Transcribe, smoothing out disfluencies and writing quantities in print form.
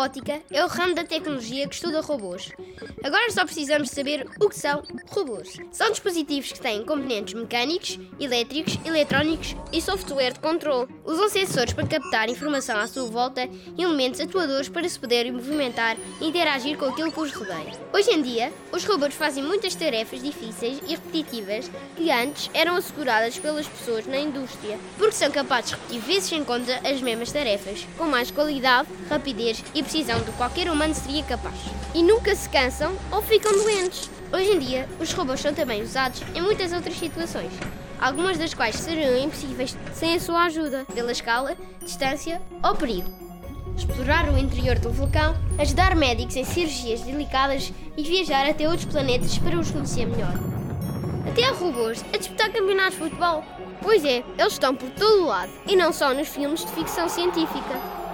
robótica é o ramo da tecnologia que estuda robôs. Agora só precisamos saber o que são robôs. São dispositivos que têm componentes mecânicos, elétricos, eletrónicos e software de controle. Usam sensores para captar informação à sua volta e elementos atuadores para se poderem movimentar e interagir com aquilo que os rodeia. Hoje em dia, os robôs fazem muitas tarefas difíceis e repetitivas que antes eram asseguradas pelas pessoas na indústria, porque são capazes de repetir vezes sem conta as mesmas tarefas, com mais qualidade, rapidez e precisão do que qualquer humano seria capaz. E nunca se cansam ou ficam doentes. Hoje em dia, os robôs são também usados em muitas outras situações, algumas das quais seriam impossíveis sem a sua ajuda, pela escala, distância ou perigo. Explorar o interior do vulcão, ajudar médicos em cirurgias delicadas e viajar até outros planetas para os conhecer melhor. Até há robôs a disputar campeonatos de futebol. Pois é, eles estão por todo o lado, e não só nos filmes de ficção científica.